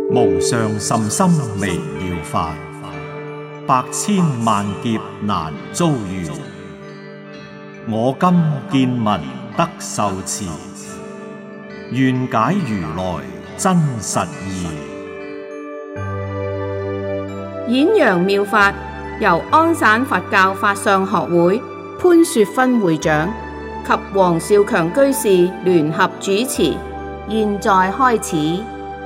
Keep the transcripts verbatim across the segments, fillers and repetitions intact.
無上甚深微妙法，百千萬劫難遭遇。我今見聞得受持，願解如來真實義。 演揚妙法由安省佛教法相學會潘雪芬會長及黃少強居士聯合主持，現在開始。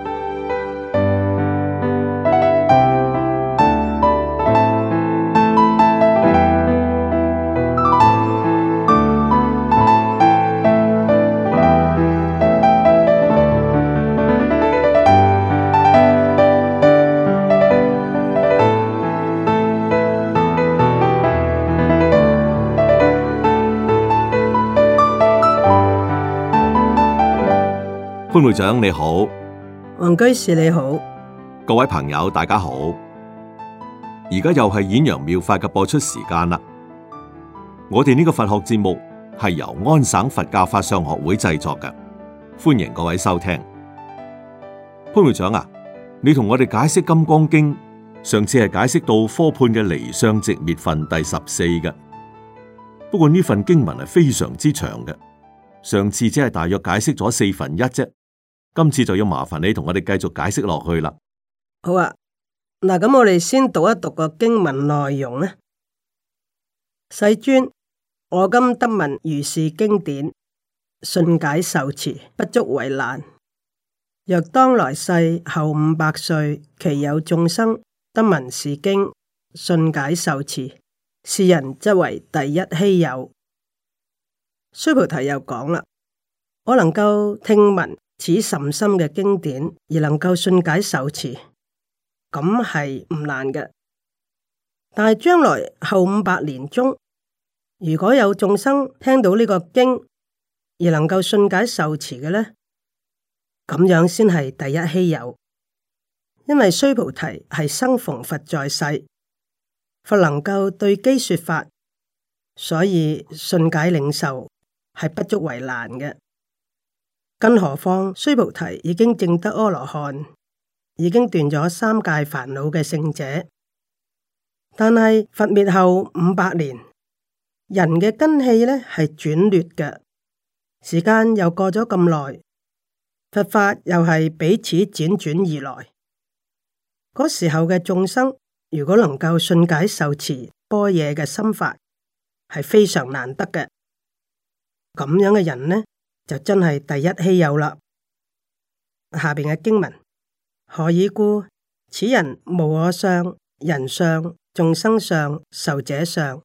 潘會長你好， 黃居士你好， 各位朋友大家好。而家又係演揚妙法嘅播出時間啦。我哋呢個佛學節目係由安省佛教法相學會製作嘅，歡迎各位收聽。潘會長啊，你同我哋解釋《金剛經》，上次係解釋到科判嘅離相寂滅分第十四嘅。不過呢份經文係非常之長嘅，上次只係大約解釋咗四分一啫。今次就要麻煩你同我哋繼續解釋落去啦。 好啊，嗱咁我哋先讀一讀個經文內容呢。世尊，我今得聞如是經典，信解受持，不足為難。若當來世後五百歲，其有眾生得聞是經，信解受持，是人則為第一希有。須菩提又講啦，我能夠聽聞此甚深嘅經典，而能夠信解受持，咁係唔難嘅。但係將來後五百年中，如果有眾生聽到呢個經而能夠信解受持嘅呢，咁樣先係第一希有。因為須菩提係生逢佛在世，佛能夠對機說法，所以信解領受係不足為難嘅。更何況須菩提已經證得阿羅漢，已經斷咗三界煩惱嘅聖者。但係佛滅後五百年，人嘅根器呢係轉劣嘅，時間又過咗咁耐，佛法又係彼此輾轉而來。嗰時候嘅眾生，如果能夠信解受持般若嘅心法，係非常難得嘅。咁樣嘅人呢，就真係第一希有啦。下邊嘅經文，何以故？此人無我相、人相、眾生相、壽者相。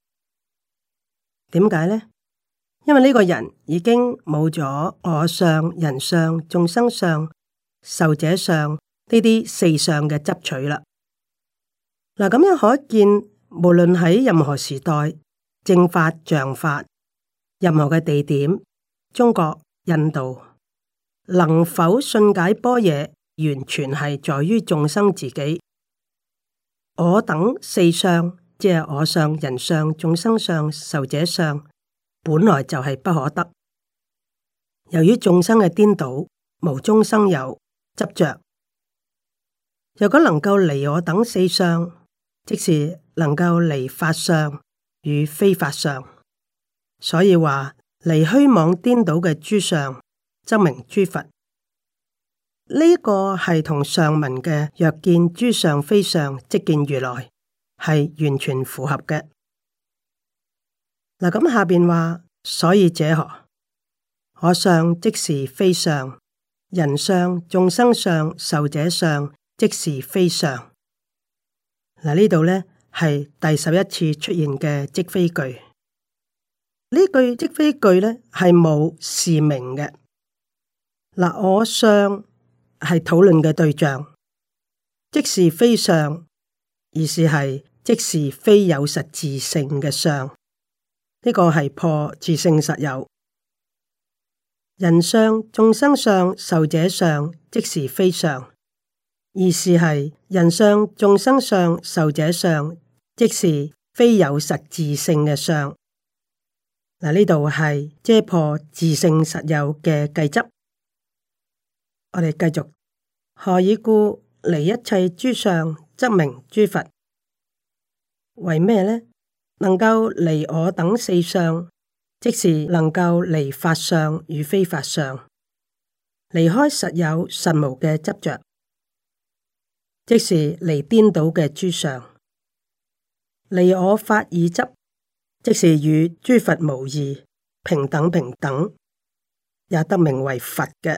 點解呢？因為呢個人已經冇咗我相、人相、眾生相、壽者相呢啲四相嘅執取啦。嗱，咁樣可見，無論喺任何時代、正法、像法、任何嘅地點，中國、印度能否信解般若，完全係在於眾生自己。我等四相，即係我相、人相、眾生相、壽者相，本來就係不可得。由於眾生嘅顛倒，無中生有執着，如果能夠離我等四相，即是能夠離法相與非法相，所以話離虛妄顛倒嘅諸相，則名諸佛。呢、這個係同上文嘅若見諸相非相，即見如來，係完全符合嘅。嗱，咁下邊話，所以者何？我相即是非相，人相、眾生相、壽者相即是非相。嗱，呢度呢係第十一次出現嘅即非句。呢句即非句呢係冇示明嘅。嗱，我相係討論嘅對象，即是非相，意思係即是非有實自性嘅相。呢、這個係破自性實有。人相、眾生相、壽者相，即是非相，意思係人相、眾生相、壽者相，即是非有實自性嘅相。嗱，呢度係遮破自性實有嘅計執。我哋繼續何以故？離一切諸相，則名諸佛。為咩呢？能夠離我等四相，即是能夠離法相與非法相，離開實有實無嘅執着，即是離顛倒嘅諸相，離我法二執，即是與諸佛無異，平等平等，也得名為佛嘅。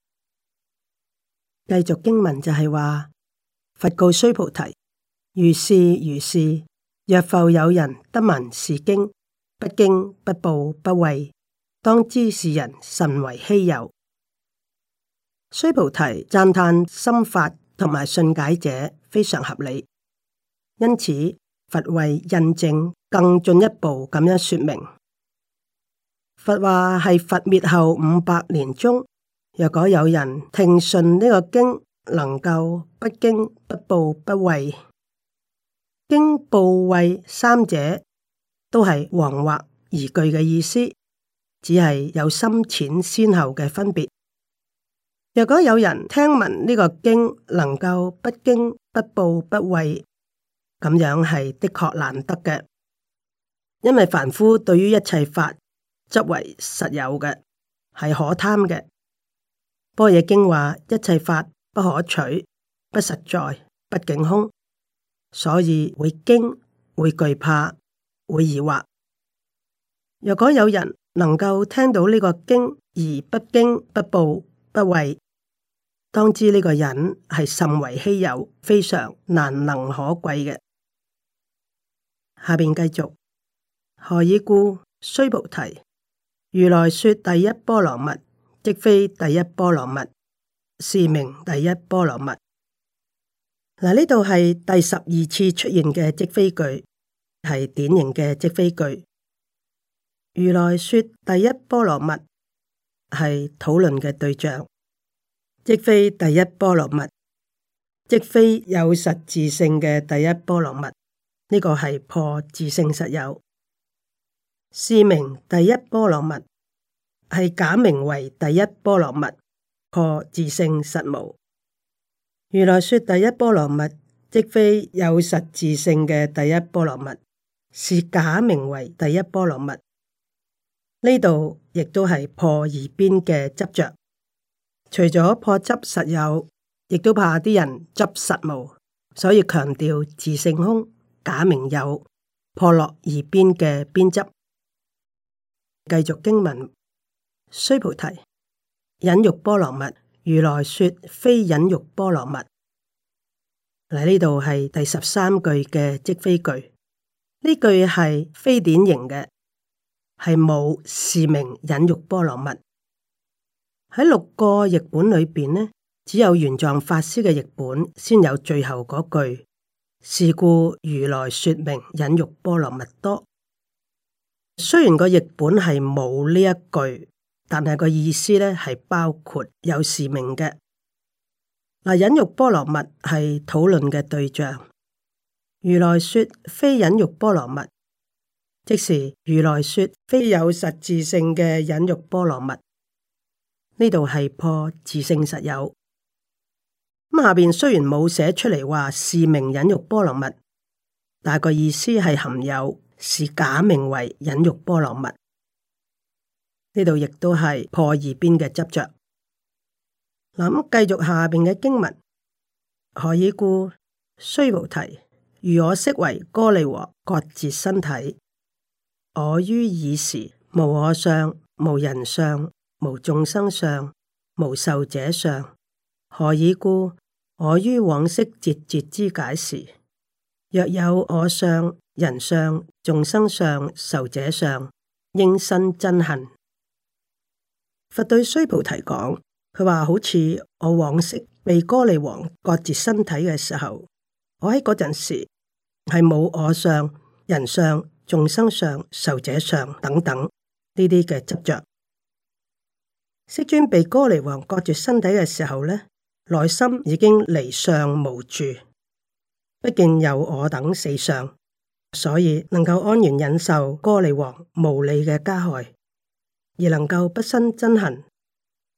繼續經文就係話，佛告須菩提：如是如是，若復有人得聞是經，不驚不怖不畏，當知是人甚為稀有。須菩提讚歎心法同埋信解者非常合理，因此佛為印證，更進一步咁樣說明。佛話係佛滅後五百年中，若果有人聽信呢個經，能夠不驚不怖不畏，驚怖畏三者都係惶惑疑懼嘅意思，只係有深淺先後嘅分別。若果有人聽聞呢個經，能夠不驚不怖不畏，咁樣係的確難得嘅，因為凡夫對於一切法執為實有嘅，係可貪嘅。般若經話一切法不可取、不實在、不境空，所以會驚、會懼怕、會疑惑。若果有人能夠聽到呢個經而不驚不怖不畏，當知呢個人係甚為稀有、非常難能可貴嘅。下邊繼續，何以故？須菩提，如來說第一波羅蜜，即非第一波羅蜜，是名第一波羅蜜。嗱，呢度係第十二次出現嘅即非句，係典型嘅即非句。如來說第一波羅蜜係討論嘅對象，即非第一波羅蜜，即非有實自性嘅第一波羅蜜。呢個係破自性實有，是名第一波羅蜜。係假名為第一波羅蜜，破自性實無。如來說第一波羅蜜，即非有實自性嘅第一波羅蜜，是假名為第一波羅蜜。呢度亦都係破二邊嘅執着，除咗破執實有，亦都怕啲人執實無，所以強調自性空，假名有，破落二邊嘅邊執。繼續經文。須菩提，忍辱波羅蜜，如來說非忍辱波羅蜜。嗱，呢度係第十三句嘅即非句，呢句係非典型嘅，係冇是名忍辱波羅蜜。喺六個譯本裏邊呢，只有玄奘法師嘅譯本先有最後嗰句，是故如來說名忍辱波羅蜜多。雖然個譯本係冇呢一句，但係個意思咧係包括有示名嘅。嗱，忍辱波羅蜜係討論嘅對象。如來說非忍辱波羅蜜，即是如來說非有實自性嘅忍辱波羅蜜。呢度係破自性實有。咁下邊雖然冇寫出嚟話是名忍辱波羅蜜，但係個意思係含有是假名為忍辱波羅蜜。呢度亦都係破二邊嘅執着。嗱，咁繼續下邊嘅經文，何以故？須菩提，如我昔為歌利王割截身體，我於爾時無我相、無人相、無眾生相、無壽者相。何以故？我於往昔節節之解時，若有我相、人相、眾生相、壽者相，應生憎恨。佛對須菩提講，佢話好似我往昔被歌利王割截身體嘅時候，我喺嗰陣時係冇我相、人相、眾生相、壽者相等等呢啲嘅執着。釋尊被歌利王割截身體嘅時候呢，內心已經離相無住，畢竟有我等四相，所以能夠安然忍受歌利王無理嘅加害，而能夠不生憎恨。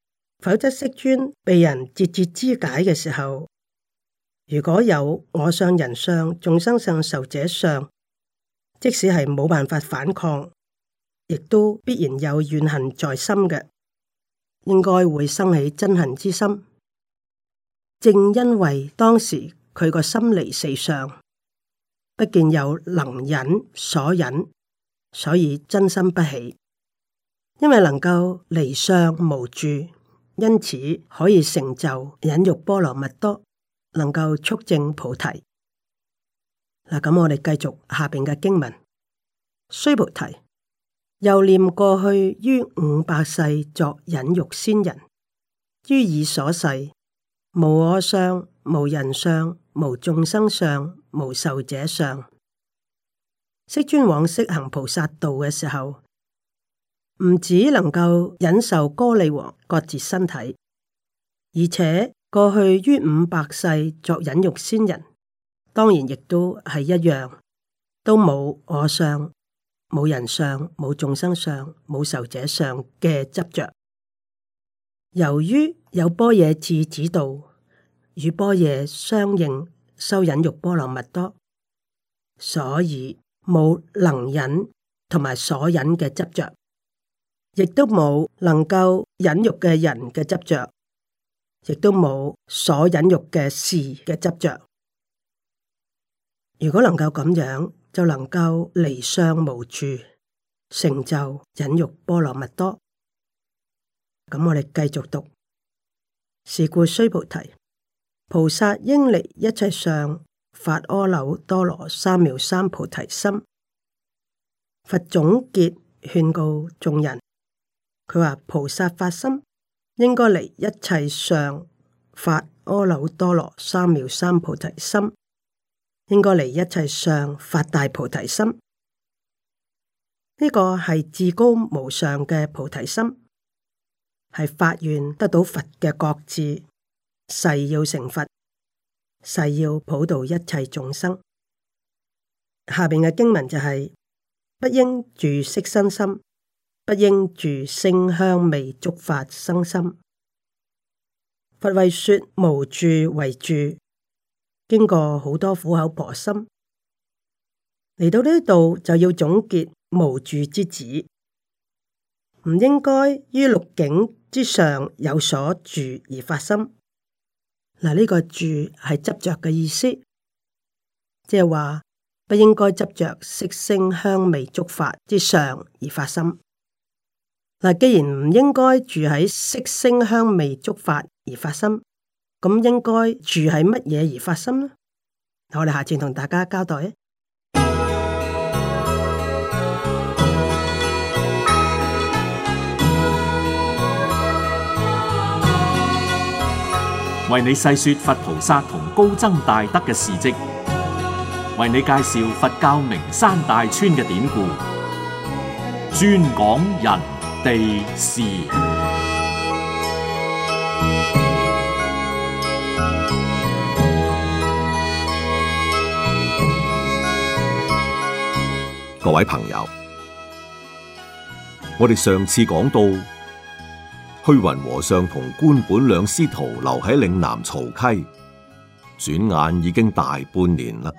否則釋尊被人節節肢解嘅時候，如果有我相、人相、眾生相、壽者相，即使係冇辦法反抗，亦都必然有怨恨在心嘅，應該會生起憎恨之心。正因為當時佢個心離四相，不見有能忍所忍，所以真心不起。因為能夠離相無住，因此可以成就忍辱波羅蜜多，能夠速證菩提。嗱，咁我哋繼續下邊嘅經文。須菩提，又念過去於五百世作忍辱仙人，於已所世，無我相，無人相，無眾生相，無壽者相。釋尊往昔行菩薩道嘅時候，唔只能夠忍受歌利王割截身體，而且過去於五百世作忍辱仙人，當然亦都係一樣，都冇我相、冇人相、冇眾生相、冇壽者相嘅執着。由於有般若智指導，與般若相應修忍辱波羅蜜多，所以冇能忍同埋所忍嘅執着。亦都冇能夠忍辱嘅人嘅執着，亦都冇所忍辱嘅事嘅執着。如果能夠咁樣，就能夠離相無住，成就忍辱波羅蜜多。咁我哋繼續讀。是故須菩提，菩薩應離一切相，發阿耨多羅三藐三菩提心。佛總結勸告眾人。佢話菩薩發心應該離一切相，發阿耨多羅三藐三菩提心，應該離一切相，發大菩提心。呢、這個係至高無上嘅菩提心，係發願得到佛嘅覺智，誓要成佛，誓要普渡一切眾生。下邊嘅經文就係、是、不應住色身心，不應住聲香味觸法生心。佛為說無住為住，經過好多苦口婆心，嚟到呢度就要總結無住之旨，唔應該於六境之上有所住而發心。嗱，呢個住係執着嘅意思，即係話不應該執着色聲香味觸法之上而發心。嗱，既然唔應該住喺色聲香味觸法而發心，咁應該住喺乜嘢而發心呢？我哋下次同大家交代。 為你細說佛菩薩同高僧大德嘅事跡，為你介紹佛教名山大川嘅典故，專講人地事。 各位朋友，我哋上次講到虛雲和尚同觀本兩師徒留喺嶺南曹溪，轉眼已經大半年啦。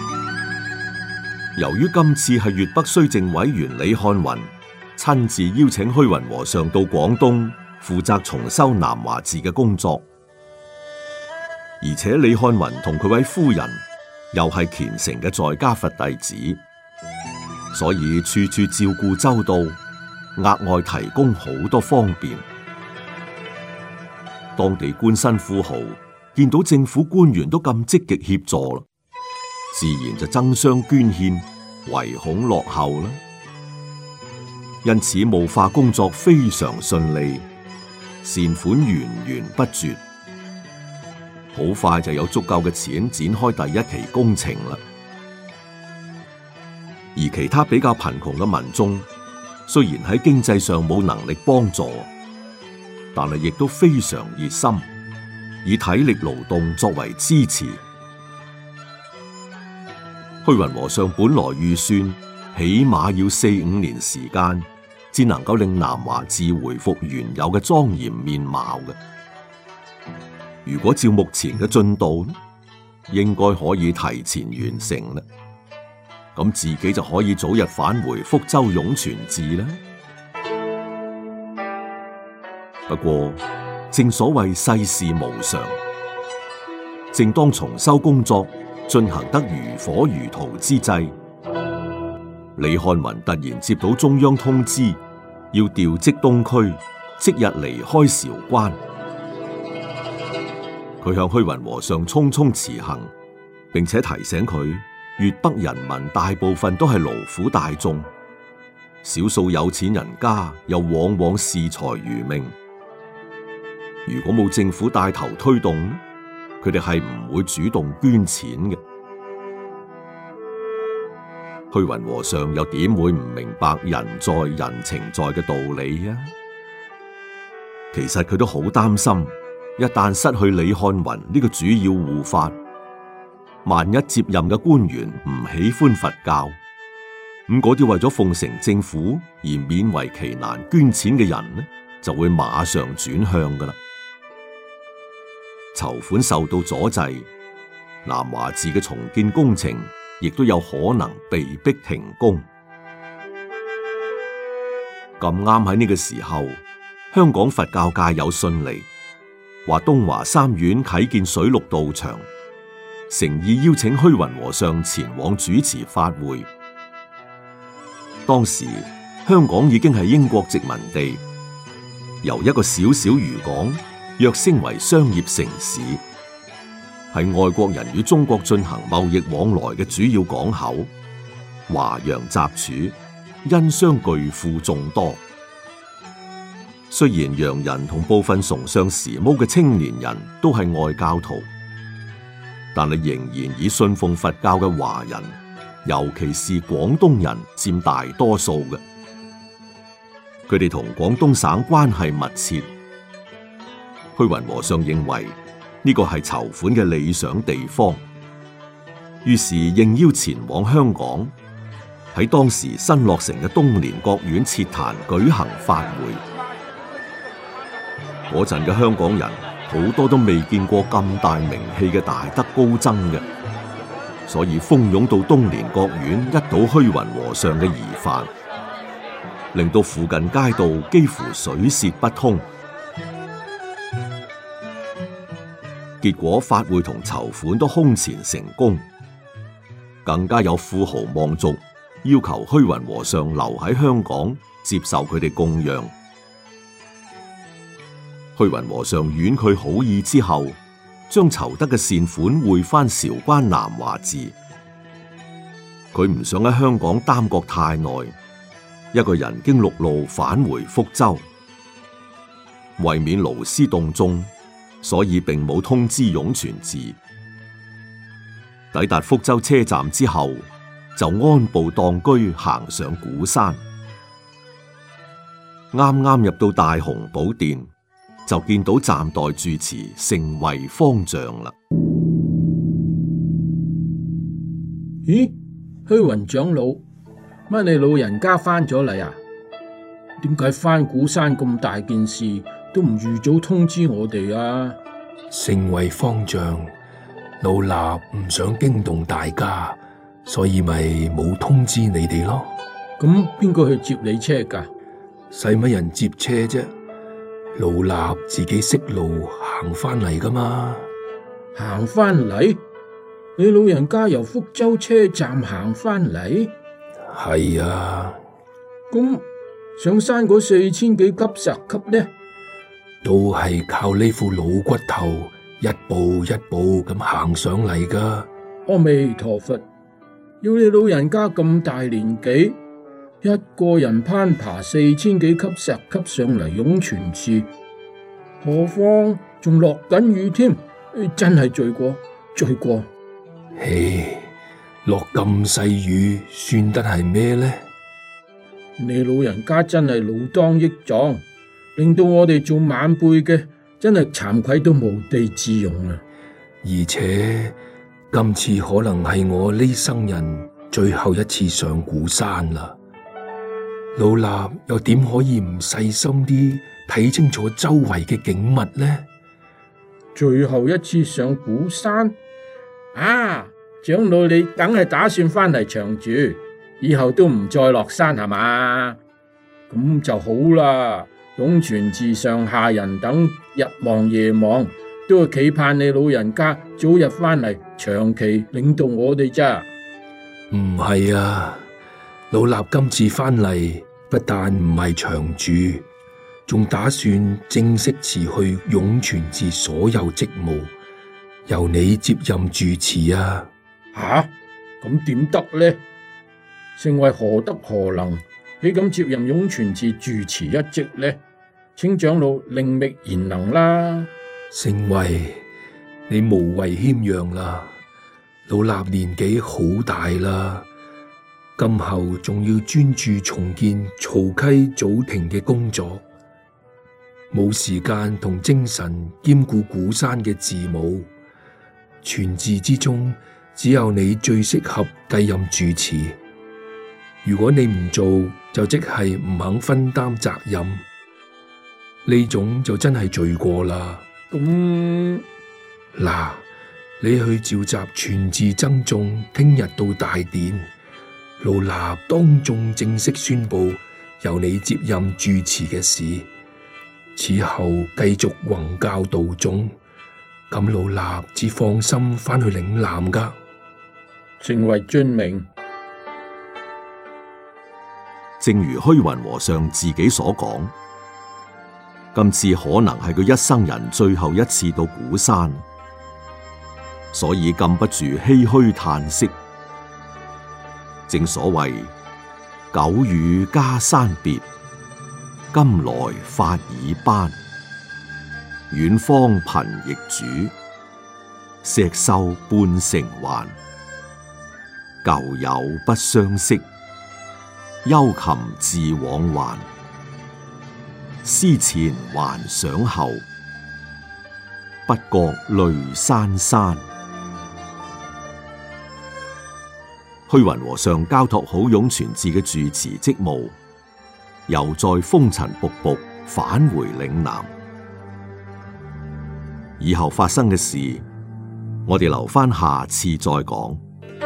由於今次係粵北綏靖委員李漢雲親自邀請虛雲和尚到廣東負責重修南華寺嘅工作，而且李漢雲同佢位夫人又係虔誠嘅在家佛弟子，所以處處照顧周到，額外提供好多方便。當地官紳富豪見到政府官員都咁積極協助啦，自然就爭相捐獻，唯恐落後啦。因此募化工作非常順利，善款源源不絕，好快就有足夠嘅錢展開第一期工程啦。而其他比較貧窮嘅民眾，雖然喺經濟上冇能力幫助，但係亦都非常熱心，以體力勞動作為支持。虛雲和尚本來預算起碼要四五年時間， 至能夠令南華寺回復原有嘅莊嚴面貌嘅。如果照目前嘅進度，應該可以提前完成啦。咁自己就可以早日返回福州湧泉寺啦。不過，正所謂世事無常，正當重修工作進行得如火如荼之際，李漢雲突然接到中央通知，要調職東區，即日離開韶關。佢向虛雲和尚匆匆辭行，並且提醒佢，粵北人民大部分都係勞苦大眾，少數有錢人家又往往視財如命。如果冇政府帶頭推動，佢哋係唔會主動捐錢嘅。虛雲和尚又點會唔明白人在人情在嘅道理啊？其實佢都好擔心，一旦失去李漢雲呢個主要護法，萬一接任嘅官員唔喜歡佛教，咁嗰啲為咗奉承政府而勉為其難捐錢嘅人呢，就會馬上轉向噶啦。籌款受到阻滯，南華寺嘅重建工程亦都有可能被迫停工。咁啱喺呢個時候，香港佛教界有信嚟，話東華三院啟建水陸道場，誠意邀請虛雲和尚前往主持法會。當時香港已經係英國殖民地，由一個小小漁港躍升為商業城市，係外國人與中國進行貿易往來嘅主要港口，華洋雜處，殷商巨富眾多。雖然洋人同部分崇尚時髦嘅青年人都係外教徒，但係仍然以信奉佛教嘅華人，尤其是廣東人佔大多數嘅。佢哋同廣東省關係密切。虛雲和尚認為呢個係籌款嘅理想地方，於是應邀前往香港，喺當時新落成嘅東蓮國院設壇舉行法會。嗰陣嘅香港人好多都未見過咁大名氣嘅大德高僧嘅，所以蜂擁到東蓮國院一睹虛雲和尚嘅儀範，令到附近街道幾乎水泄不通。結果法會同籌款都空前成功，更加有富豪望族要求虛雲和尚留喺香港接受佢哋供養。虛雲和尚婉拒好意之後，將籌得嘅善款匯返韶關南華寺。佢唔想喺香港耽擱太耐，一個人經陸路返回福州，為免勞師動眾，所以並冇通知湧泉寺。抵達福州車站之後，就安步當居行上鼓山。啱啱入到大雄寶殿，就見到暫代住持聖惠方丈啦。 咦，虛雲長老，乜你老人家翻咗嚟啊？點解翻鼓山咁大件事都唔預早通知我哋啊？ 聖惠方丈，老衲唔想驚動大家，所以咪冇通知你哋咯。 咁邊個去接你車噶？ 使乜人接車啫？老衲自己識路行翻嚟噶嘛。 行翻嚟？你老人家由福州車站行翻嚟？ 係啊。 咁上山嗰四千幾級石級呢？ 都係靠呢副老骨頭一步一步咁行上嚟噶。 阿彌陀佛，要你老人家咁大年紀，一個人攀爬四千幾級石級上嚟湧泉寺，何況仲落緊雨添，真係罪過罪過。 唉，落咁細雨算得係咩呢？ 你老人家真係老當益壯，令到我哋做晚輩嘅真係慚愧到無地自容啊！ 而且今次可能係我呢生人最後一次上鼓山啦。 老衲又點可以唔細心啲睇清楚周圍嘅景物呢？ 最後一次上鼓山啊，長老你梗係打算翻嚟長住，以後都唔再落山係嘛？咁就好啦。湧泉寺上下人等日忙夜忙，都係期盼你老人家早日翻嚟，長期領導我哋咋？ 唔係啊，老衲今次翻嚟不但唔係長住，仲打算正式辭去湧泉寺所有職務，由你接任住持啊！ 吓，咁點得呢？成為何德何能，豈敢接任湧泉寺住持一職呢？請長老另覓賢能啦。 成為你無謂謙讓啦，老衲年紀好大啦，今後仲要專注重建曹溪祖庭嘅工作，冇時間同精神兼顧鼓山嘅寺務。全寺之中，只有你最適合繼任住持。如果你唔做，就即係唔肯分擔責任，呢種就真係罪過啦。 咁嗱、嗯，你去召集全寺僧眾，聽日到大典，老衲當眾正式宣布由你接任住持嘅事。此後繼續弘教導眾，咁老衲只放心翻去嶺南噶。 成為遵命。 正如虛雲和尚自己所講，今次可能係佢一生人最後一次到鼓山，所以禁不住唏噓嘆息。正所謂久與家山別，今來發耳斑。遠方貧役主，石獸半城還。舊友不相識，幽禽自往還。思前還想後，不覺淚潸潸。虛雲和尚交託好湧泉寺嘅住持職務，又再風塵僕僕返回嶺南。以後發生嘅事，我哋留翻下，下次再講。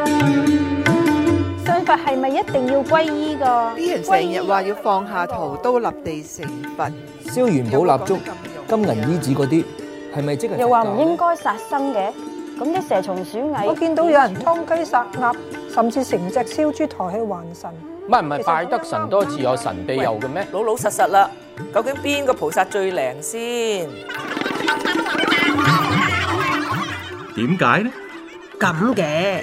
信佛係咪一定要皈依㗎？ 啲人成日話要放下屠刀立地成佛， 燒元寶蠟燭、金銀衣紙嗰啲，係咪即係？ 又話唔應該殺生嘅，咁啲蛇蟲鼠蟻， 我見到有人劏雞殺鴨，甚至成隻燒豬抬去還神。 唔係唔係，拜得神多自有神庇佑嘅咩？ 老老實實啦，究竟邊個菩薩最靈先？ 點解呢？ 咁嘅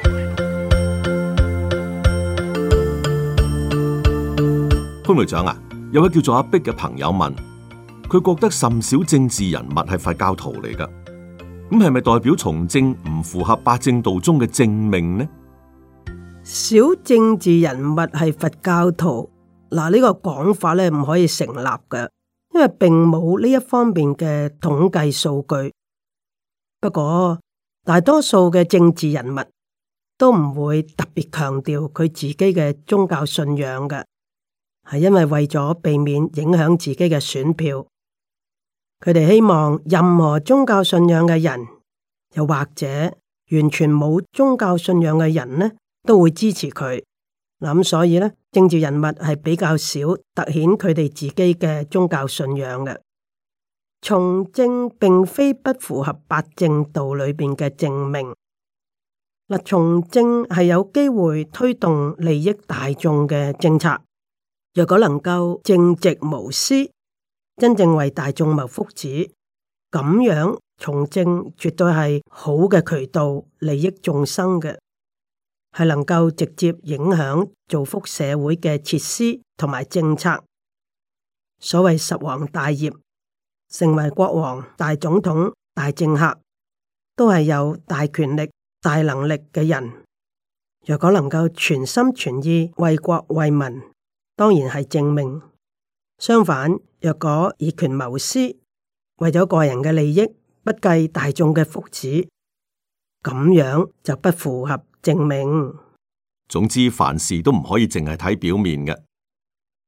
潘會長啊，有位叫做阿碧嘅朋友問，佢覺得甚少政治人物係佛教徒嚟噶，咁係咪代表從政唔符合八正道中嘅正命呢？ 小政治人物係佛教徒，嗱、這、呢個講法咧唔可以成立嘅，因為並冇呢一方面嘅統計數據。不過大多數嘅政治人物都唔會特別強調佢自己嘅宗教信仰嘅，係因為為咗避免影響自己嘅選票，佢哋希望任何宗教信仰嘅人，又或者完全冇宗教信仰嘅人呢，都會支持佢。咁所以呢，政治人物係比較少凸顯佢哋自己嘅宗教信仰嘅。從政並非不符合八正道裏邊嘅正命。嗱，從政係有機會推動利益大眾嘅政策。若果能夠正直無私，真正為大眾謀福祉，咁樣從政絕對係好嘅渠道，利益眾生嘅，係能夠直接影響造福社會嘅設施同埋政策。所謂十王大業，成為國王、大總統、大政客，都係有大權力、大能力嘅人。若果能夠全心全意為國為民，當然係正命。相反，若果以權謀私，為咗個人嘅利益，不計大眾嘅福祉，咁樣就不符合正命。 總之，凡事都唔可以淨係睇表面嘅。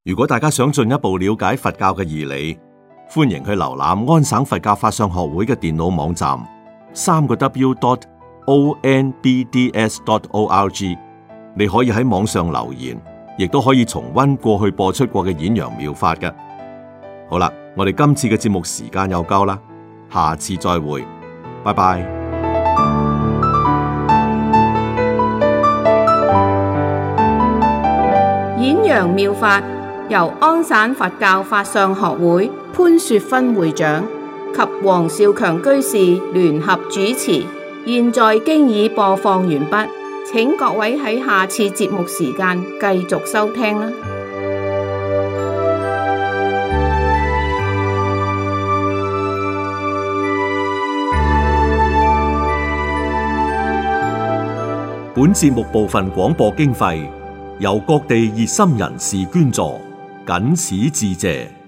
如果大家想進一步了解佛教嘅義理，歡迎去瀏覽安省佛教法相學會嘅電腦網站，三個 W dot O N B D S dot O R G。你可以喺網上留言，亦都可以重溫過去播出過嘅演揚妙法嘅。好啦，我哋今次嘅節目時間又夠啦，下次再會，拜拜。 演揚妙法由安省佛教法相學會潘雪芬會長及黃少強居士聯合主持，現在經已播放完畢，請各位喺下次節目時間繼續收聽啦。 本節目部分廣播經費由各地熱心人士捐助，謹此致謝。